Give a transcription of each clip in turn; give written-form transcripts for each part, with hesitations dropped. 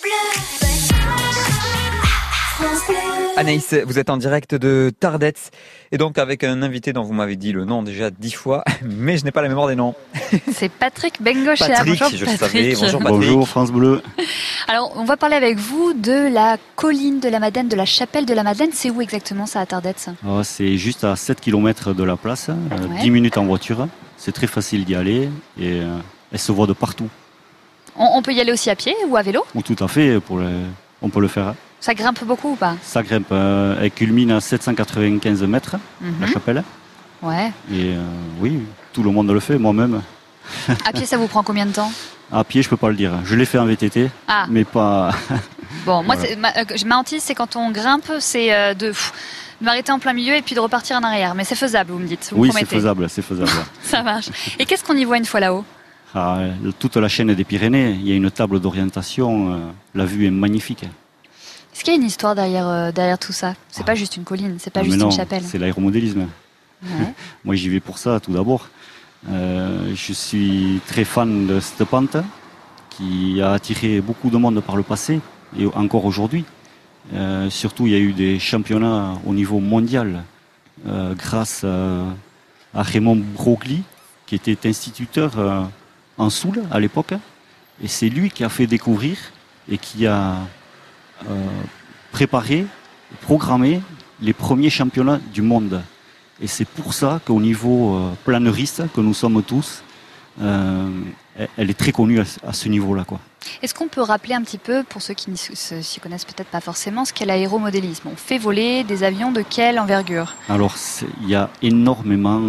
Anaïs, vous êtes en direct de Tardets et donc avec un invité dont vous m'avez dit le nom déjà 10 fois, mais je n'ai pas la mémoire des noms. C'est Patrick Bengochea. Patrick, Bonjour, je Patrick. le savais. Bonjour Patrick. Bonjour France Bleu. Alors, on va parler avec vous de la colline de la Madeleine, de la chapelle de la Madeleine. C'est où exactement ça à Tardets ? C'est juste à 7 km de la place, Ouais. 10 minutes en voiture. C'est très facile d'y aller et elle se voit de partout. On peut y aller aussi à pied ou à vélo ? Ou tout à fait, on peut le faire. Ça grimpe beaucoup ou pas ? Ça grimpe, elle culmine à 795 mètres, la chapelle. Ouais. Et oui, tout le monde le fait, moi-même. À pied, ça vous prend combien de temps ? À pied, je peux pas le dire. Je l'ai fait en VTT, Ah. mais pas... Bon, moi, Voilà. je m'hantise, c'est quand on grimpe, c'est de m'arrêter en plein milieu et puis de repartir en arrière. Mais c'est faisable, vous me dites. Vous Oui, promettez. c'est faisable. Ça marche. Et qu'est-ce qu'on y voit une fois là-haut ? Toute la chaîne des Pyrénées, il y a une table d'orientation, la vue est magnifique. Est-ce qu'il y a une histoire derrière tout ça ? C'est pas juste une colline, c'est pas Ah, juste mais non, une chapelle. c'est l'aéromodélisme. Ouais. Moi, j'y vais pour ça, tout d'abord. Je suis très fan de cette pente qui a attiré beaucoup de monde par le passé et encore aujourd'hui. Surtout, il y a eu des championnats au niveau mondial grâce à Raymond Broglie, qui était instituteur en Soule à l'époque. Et c'est lui qui a fait découvrir et qui a préparé, programmé les premiers championnats du monde. Et c'est pour ça qu'au niveau planeuriste, que nous sommes tous, elle est très connue à ce niveau-là, quoi. Est-ce qu'on peut rappeler un petit peu, pour ceux qui ne s'y connaissent peut-être pas forcément, ce qu'est l'aéromodélisme ? On fait voler des avions de quelle envergure ? Alors, il y a énormément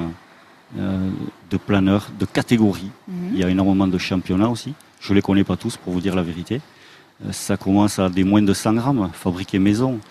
de planeurs, de catégories. Il y a énormément de championnats aussi. Je ne les connais pas tous, pour vous dire la vérité. Ça commence à des moins de 100 grammes, fabriqués maison.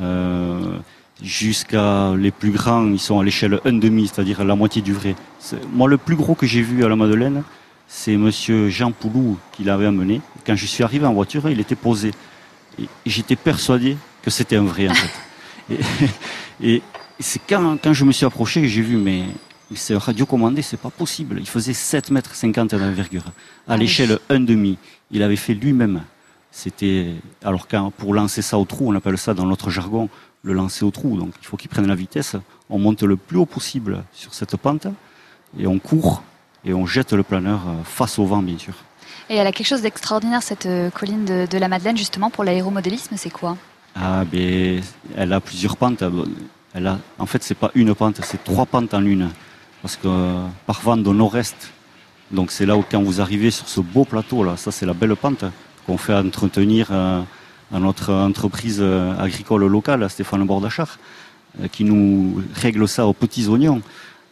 Jusqu'à les plus grands, ils sont à l'échelle 1,5, c'est-à-dire la moitié du vrai. Moi, le plus gros que j'ai vu à la Madeleine, c'est monsieur Jean Poulou qui l'avait amené. Quand je suis arrivé en voiture, il était posé. Et j'étais persuadé que c'était un vrai, en fait. Et c'est quand je me suis approché que j'ai vu, mais c'est radiocommandé, c'est pas possible. Il faisait 7,50 mètres d'envergure. À l'échelle 1,5. Il avait fait lui-même. Alors pour lancer ça au trou, on appelle ça dans notre jargon le lancer au trou. Donc il faut qu'il prenne la vitesse. On monte le plus haut possible sur cette pente et on court et on jette le planeur face au vent, bien sûr. Et elle a quelque chose d'extraordinaire, cette colline de la Madeleine, justement, pour l'aéromodélisme, c'est quoi ? Elle a plusieurs pentes. En fait, c'est pas une pente, c'est 3 pentes en une. Parce que par vent de nord-est, donc c'est là où quand vous arrivez sur ce beau plateau là, ça c'est la belle pente qu'on fait entretenir à notre entreprise agricole locale, à Stéphane Bordachar, qui nous règle ça aux petits oignons.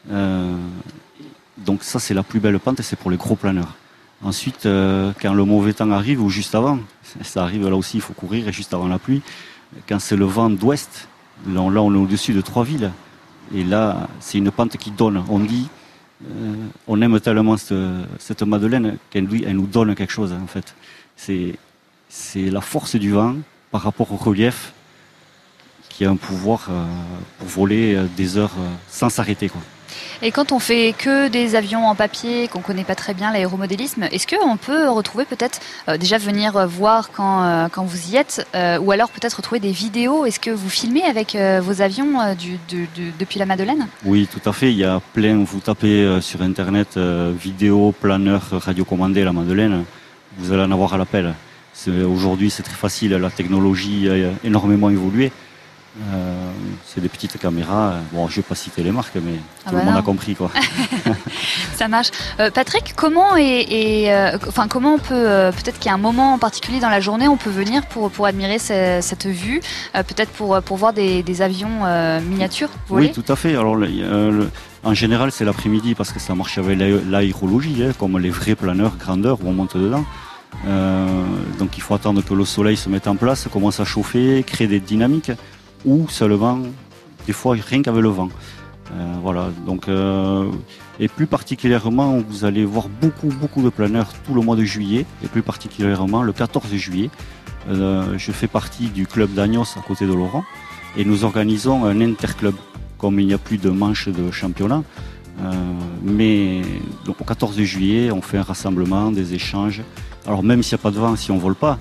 Donc ça c'est la plus belle pente et c'est pour les gros planeurs. Ensuite, quand le mauvais temps arrive ou juste avant, ça arrive là aussi, il faut courir et juste avant la pluie. Quand c'est le vent d'ouest, là on est au-dessus de Trois-Villes. Et là, c'est une pente qui donne. On dit, on aime tellement cette Madeleine qu'elle nous donne quelque chose, en fait. C'est la force du vent par rapport au relief qui a un pouvoir pour voler des heures sans s'arrêter, quoi. Et quand on fait que des avions en papier, qu'on ne connaît pas très bien l'aéromodélisme, est-ce qu'on peut retrouver peut-être, déjà venir voir quand vous y êtes, ou alors peut-être retrouver des vidéos ? Est-ce que vous filmez avec vos avions depuis la Madeleine ? Oui, tout à fait. Il y a plein, vous tapez sur Internet vidéo, planeur, radiocommandé la Madeleine, vous allez en avoir à l'appel. Aujourd'hui, c'est très facile, la technologie a énormément évolué. C'est des petites caméras. Bon, je ne vais pas citer les marques, mais tout le monde a compris, quoi. Ça marche. Patrick, comment comment on peut, peut-être qu'il y a un moment en particulier dans la journée, on peut venir pour admirer cette vue, peut-être pour voir des avions miniatures voler ? Oui, tout à fait. Alors, en général, c'est l'après-midi parce que ça marche avec l'aérologie, comme les vrais planeurs grandeur où on monte dedans. Donc, il faut attendre que le soleil se mette en place, commence à chauffer, créer des dynamiques. Ou seulement, des fois rien qu'avec le vent. Voilà. Donc, et plus particulièrement, vous allez voir beaucoup de planeurs tout le mois de juillet, et plus particulièrement le 14 juillet. Je fais partie du club d'Agnos à côté de Laurent, et nous organisons un interclub. Comme il n'y a plus de manches de championnat, mais donc, au 14 juillet, on fait un rassemblement, des échanges. Alors même s'il n'y a pas de vent, si on ne vole pas,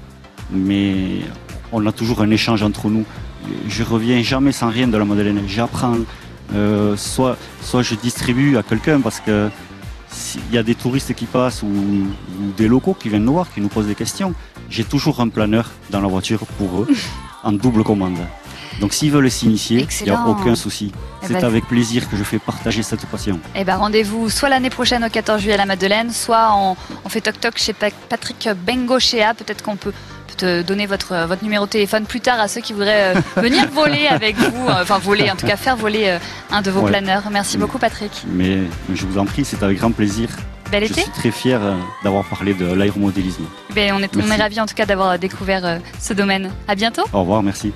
mais on a toujours un échange entre nous. Je reviens jamais sans rien de la Madeleine. J'apprends, soit je distribue à quelqu'un parce que s'il y a des touristes qui passent ou des locaux qui viennent nous voir, qui nous posent des questions, j'ai toujours un planeur dans la voiture pour eux, en double commande. Donc s'ils veulent s'initier, il n'y a aucun souci. C'est avec plaisir que je fais partager cette passion. Et rendez-vous soit l'année prochaine au 14 juillet à la Madeleine, soit on fait toc-toc chez Patrick Bengochéa. Peut-être qu'on peut te donner votre numéro de téléphone plus tard à ceux qui voudraient venir voler avec vous, voler, en tout cas faire voler un de vos planeurs. Merci beaucoup Patrick. Mais je vous en prie, c'est avec grand plaisir. Bel été. Je suis très fier d'avoir parlé de l'aéromodélisme. On est ravis en tout cas d'avoir découvert ce domaine. À bientôt. Au revoir, merci.